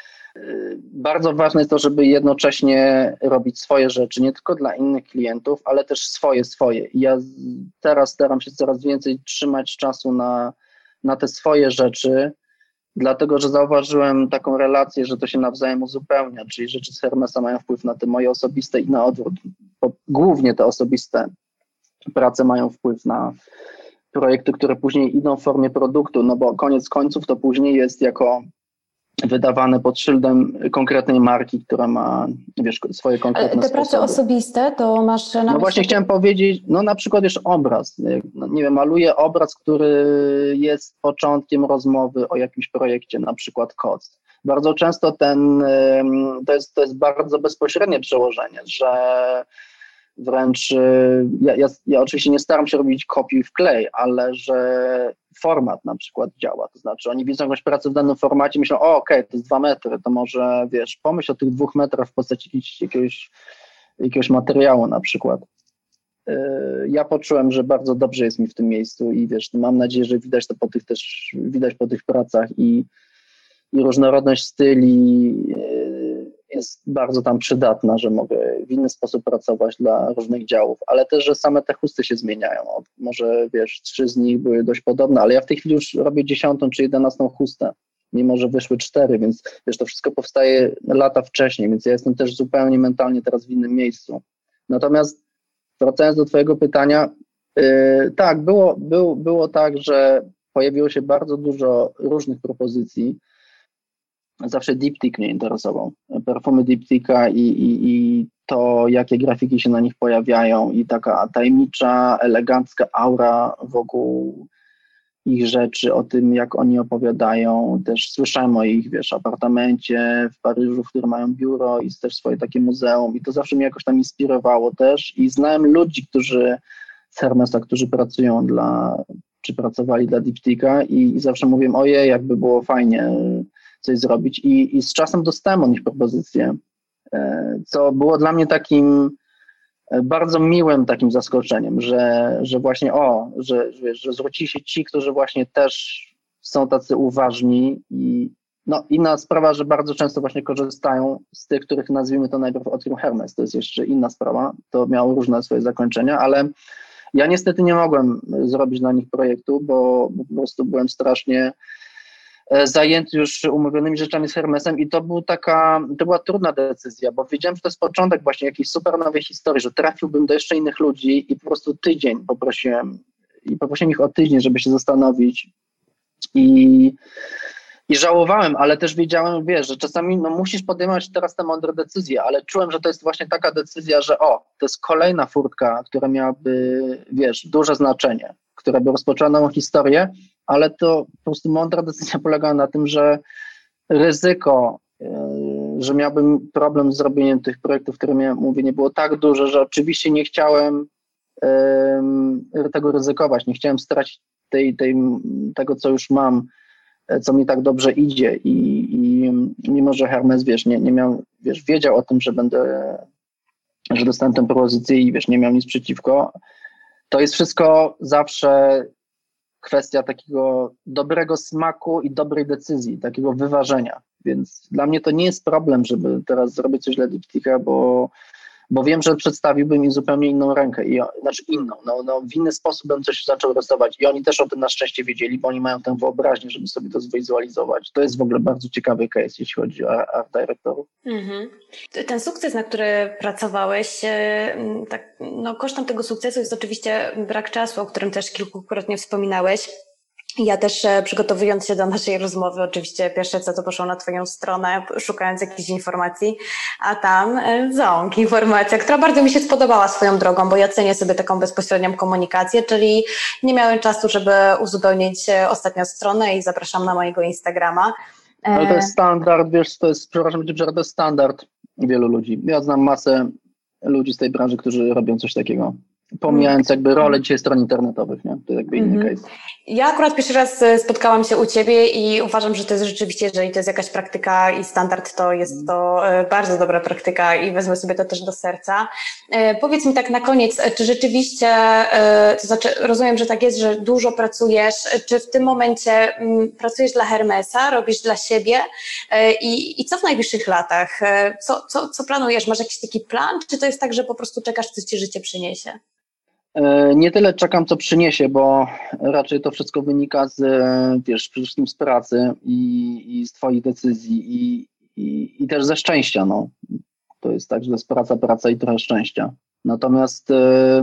Bardzo ważne jest to, żeby jednocześnie robić swoje rzeczy, nie tylko dla innych klientów, ale też swoje, swoje. I ja teraz staram się coraz więcej trzymać czasu na, na te swoje rzeczy, dlatego że zauważyłem taką relację, że to się nawzajem uzupełnia, czyli rzeczy z Hermesa mają wpływ na te moje osobiste i na odwrót. Bo głównie te osobiste prace mają wpływ na projekty, które później idą w formie produktu, no bo koniec końców to później jest jako wydawane pod szyldem konkretnej marki, która ma, wiesz, swoje konkretne Ale te sposoby. prace osobiste to masz na No właśnie chciałem powiedzieć, no na przykład już obraz, no nie wiem, maluję obraz, który jest początkiem rozmowy o jakimś projekcie, na przykład koc. Bardzo często ten, to jest, to jest bardzo bezpośrednie przełożenie, że wręcz, ja, ja, ja oczywiście nie staram się robić kopii w klej, ale że format na przykład działa, to znaczy oni widzą jakąś pracę w danym formacie, myślą, o okej, okay, to jest dwa metry, to może, wiesz, pomyśl o tych dwóch metrach w postaci jakiegoś, jakiegoś materiału na przykład. Ja poczułem, że bardzo dobrze jest mi w tym miejscu i wiesz, mam nadzieję, że widać to po tych też, widać po tych pracach i, i różnorodność styli jest bardzo tam przydatna, że mogę w inny sposób pracować dla różnych działów, ale też, że same te chusty się zmieniają. Może wiesz, trzy z nich były dość podobne, ale ja w tej chwili już robię dziesiątą czy jedenastą chustę, mimo że wyszły cztery, więc wiesz, to wszystko powstaje lata wcześniej, więc ja jestem też zupełnie mentalnie teraz w innym miejscu. Natomiast wracając do twojego pytania, yy, tak, było, było, było tak, że pojawiło się bardzo dużo różnych propozycji. Zawsze diptyk mnie interesował. Perfumy diptyka i, i, i to, jakie grafiki się na nich pojawiają i taka tajemnicza, elegancka aura wokół ich rzeczy, o tym, jak oni opowiadają. Też słyszałem o ich, wiesz, apartamencie w Paryżu, w którym mają biuro i też swoje takie muzeum i to zawsze mnie jakoś tam inspirowało też i znałem ludzi, którzy z Hermesa, którzy pracują dla, czy pracowali dla diptyka i, i zawsze mówiłem, ojej, jakby było fajnie coś zrobić i, i z czasem dostałem od nich propozycję, co było dla mnie takim bardzo miłym takim zaskoczeniem, że, że właśnie o, że, że, że zwrócili się ci, którzy właśnie też są tacy uważni i no inna sprawa, że bardzo często właśnie korzystają z tych, których nazwijmy to najpierw odkrył Hermes, to jest jeszcze inna sprawa, to miało różne swoje zakończenia, ale ja niestety nie mogłem zrobić dla nich projektu, bo, bo po prostu byłem strasznie zajęty już umówionymi rzeczami z Hermesem i to, był taka, to była trudna decyzja, bo wiedziałem, że to jest początek właśnie jakiejś super nowej historii, że trafiłbym do jeszcze innych ludzi i po prostu tydzień poprosiłem i poprosiłem ich o tydzień, żeby się zastanowić i, i żałowałem, ale też wiedziałem, wiesz, że czasami no, musisz podejmować teraz te mądre decyzje, ale czułem, że to jest właśnie taka decyzja, że o, to jest kolejna furtka, która miałaby, wiesz, duże znaczenie, która by rozpoczęła nową historię, ale to po prostu mądra decyzja polegała na tym, że ryzyko, że miałbym problem z zrobieniem tych projektów, które miałem, mówię, nie było tak duże, że oczywiście nie chciałem um, tego ryzykować, nie chciałem stracić tej, tej, tego, co już mam, co mi tak dobrze idzie i, i mimo, że Hermes, wiesz, nie, nie miał, wiesz, wiedział o tym, że będę, że dostałem tę propozycję i wiesz, nie miał nic przeciwko, to jest wszystko zawsze kwestia takiego dobrego smaku i dobrej decyzji, takiego wyważenia, więc dla mnie to nie jest problem, żeby teraz zrobić coś dla diptyka, bo, bo wiem, że przedstawiłbym im zupełnie inną rękę, i, znaczy inną, no, no w inny sposób bym coś zaczął rysować i oni też o tym na szczęście wiedzieli, bo oni mają tę wyobraźnię, żeby sobie to zwizualizować. To jest w ogóle bardzo ciekawy case, jeśli chodzi o art dyrektorów. Mhm. Ten sukces, na który pracowałeś, tak, no kosztem tego sukcesu jest oczywiście brak czasu, o którym też kilkukrotnie wspominałeś. Ja też przygotowując się do naszej rozmowy, oczywiście pierwsze co to poszło na twoją stronę, szukając jakichś informacji, a tam ząg, informacja, która bardzo mi się spodobała swoją drogą, bo ja cenię sobie taką bezpośrednią komunikację, czyli nie miałem czasu, żeby uzupełnić ostatnią stronę i zapraszam na mojego Instagrama. Ale to jest standard, wiesz, to jest, przepraszam, to jest standard wielu ludzi. Ja znam masę ludzi z tej branży, którzy robią coś takiego. Pomijając jakby rolę dzisiaj stron internetowych, nie? To jakby inny mm-hmm. case. Ja akurat pierwszy raz spotkałam się u ciebie i uważam, że to jest rzeczywiście, jeżeli to jest jakaś praktyka i standard, to jest to bardzo dobra praktyka i wezmę sobie to też do serca. Powiedz mi tak na koniec, czy rzeczywiście, to znaczy rozumiem, że tak jest, że dużo pracujesz, czy w tym momencie pracujesz dla Hermesa, robisz dla siebie i, i co w najbliższych latach? Co, co, co planujesz? Masz jakiś taki plan, czy to jest tak, że po prostu czekasz, co ci życie przyniesie? Nie tyle czekam, co przyniesie, bo raczej to wszystko wynika z, wiesz, przede wszystkim z pracy i, i z twoich decyzji i, i, i też ze szczęścia, no. To jest tak, że to jest praca, praca i trochę szczęścia. Natomiast e,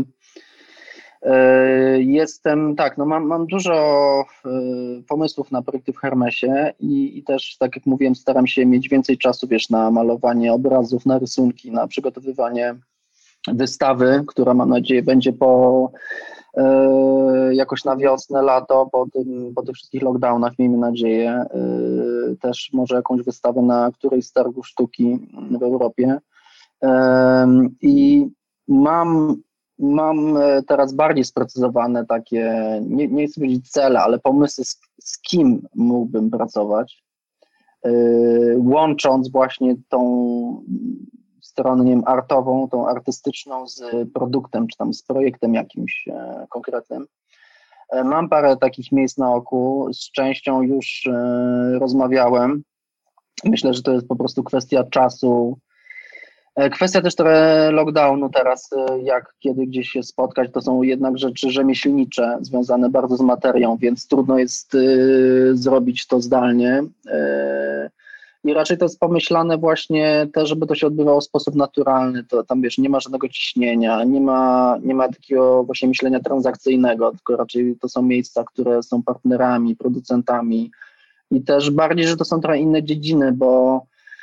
e, jestem, tak, no mam, mam dużo e, pomysłów na projekty w Hermesie i, i też, tak jak mówiłem, staram się mieć więcej czasu, wiesz, na malowanie obrazów, na rysunki, na przygotowywanie wystawy, która mam nadzieję będzie po e, jakoś na wiosnę, lato, po, tym, po tych wszystkich lockdownach, miejmy nadzieję, e, też może jakąś wystawę na którejś z targów sztuki w Europie. E, I mam, mam teraz bardziej sprecyzowane takie, nie, nie chcę powiedzieć cele, ale pomysły, z, z kim mógłbym pracować, e, łącząc właśnie tą stronę, nie wiem, artową, tą artystyczną z produktem, czy tam z projektem jakimś e, konkretnym. E, mam parę takich miejsc na oku, z częścią już e, rozmawiałem. Myślę, że to jest po prostu kwestia czasu. E, kwestia też trochę lockdownu teraz, e, jak kiedy gdzieś się spotkać, to są jednak rzeczy rzemieślnicze, związane bardzo z materią, więc trudno jest e, zrobić to zdalnie. E, I raczej to jest pomyślane właśnie też, żeby to się odbywało w sposób naturalny, to tam wiesz, nie ma żadnego ciśnienia, nie ma, nie ma takiego właśnie myślenia transakcyjnego, tylko raczej to są miejsca, które są partnerami, producentami i też bardziej, że to są trochę inne dziedziny, bo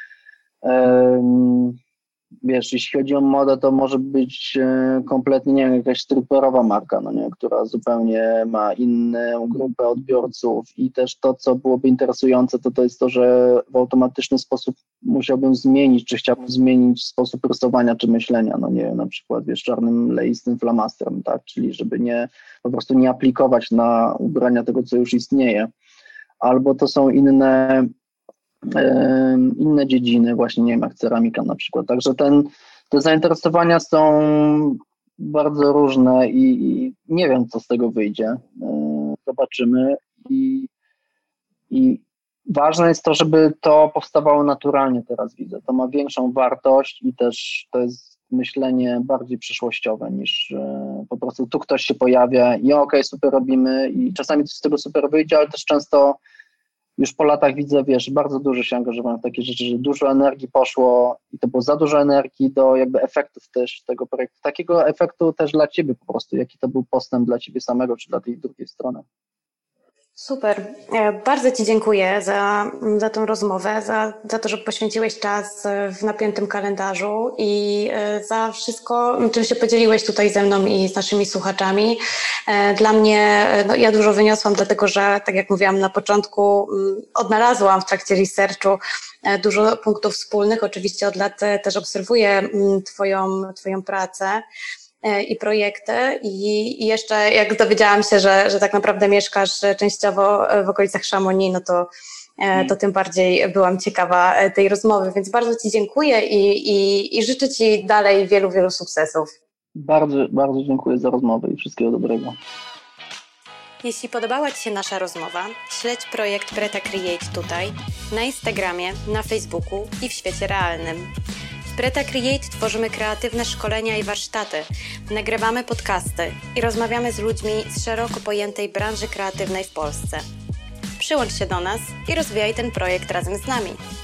um, wiesz, jeśli chodzi o modę, to może być kompletnie, nie wiem, jakaś streetwearowa marka, no nie, która zupełnie ma inną grupę odbiorców i też to, co byłoby interesujące, to to jest to, że w automatyczny sposób musiałbym zmienić, czy chciałbym zmienić sposób rysowania, czy myślenia, no nie wiem, na przykład, wiesz, czarnym, leistym flamastrem, tak, czyli żeby nie, po prostu nie aplikować na ubrania tego, co już istnieje, albo to są inne inne dziedziny, właśnie nie wiem, jak ceramika na przykład. Także ten, te zainteresowania są bardzo różne i, i nie wiem, co z tego wyjdzie. Zobaczymy. I, I ważne jest to, żeby to powstawało naturalnie, teraz widzę. To ma większą wartość i też to jest myślenie bardziej przyszłościowe niż po prostu tu ktoś się pojawia i okej, okay, super robimy i czasami coś z tego super wyjdzie, ale też często już po latach widzę, wiesz, bardzo dużo się angażowałem w takie rzeczy, że dużo energii poszło i to było za dużo energii do jakby efektów też tego projektu. Takiego efektu też dla ciebie po prostu, jaki to był postęp dla ciebie samego, czy dla tej drugiej strony. Super. Bardzo ci dziękuję za, za tą rozmowę, za, za to, że poświęciłeś czas w napiętym kalendarzu i za wszystko, czym się podzieliłeś tutaj ze mną i z naszymi słuchaczami. Dla mnie, no ja dużo wyniosłam, dlatego że, tak jak mówiłam na początku, odnalazłam w trakcie researchu dużo punktów wspólnych. Oczywiście od lat też obserwuję twoją, twoją pracę i projekty i, i jeszcze jak dowiedziałam się, że, że tak naprawdę mieszkasz częściowo w okolicach Chamonix, no to, to tym bardziej byłam ciekawa tej rozmowy, więc bardzo ci dziękuję i, i, i życzę ci dalej wielu, wielu sukcesów. Bardzo, bardzo dziękuję za rozmowę i wszystkiego dobrego. Jeśli podobała ci się nasza rozmowa, śledź projekt Breta Create tutaj, na Instagramie, na Facebooku i w świecie realnym. W Preta Create tworzymy kreatywne szkolenia i warsztaty, nagrywamy podcasty i rozmawiamy z ludźmi z szeroko pojętej branży kreatywnej w Polsce. Przyłącz się do nas i rozwijaj ten projekt razem z nami.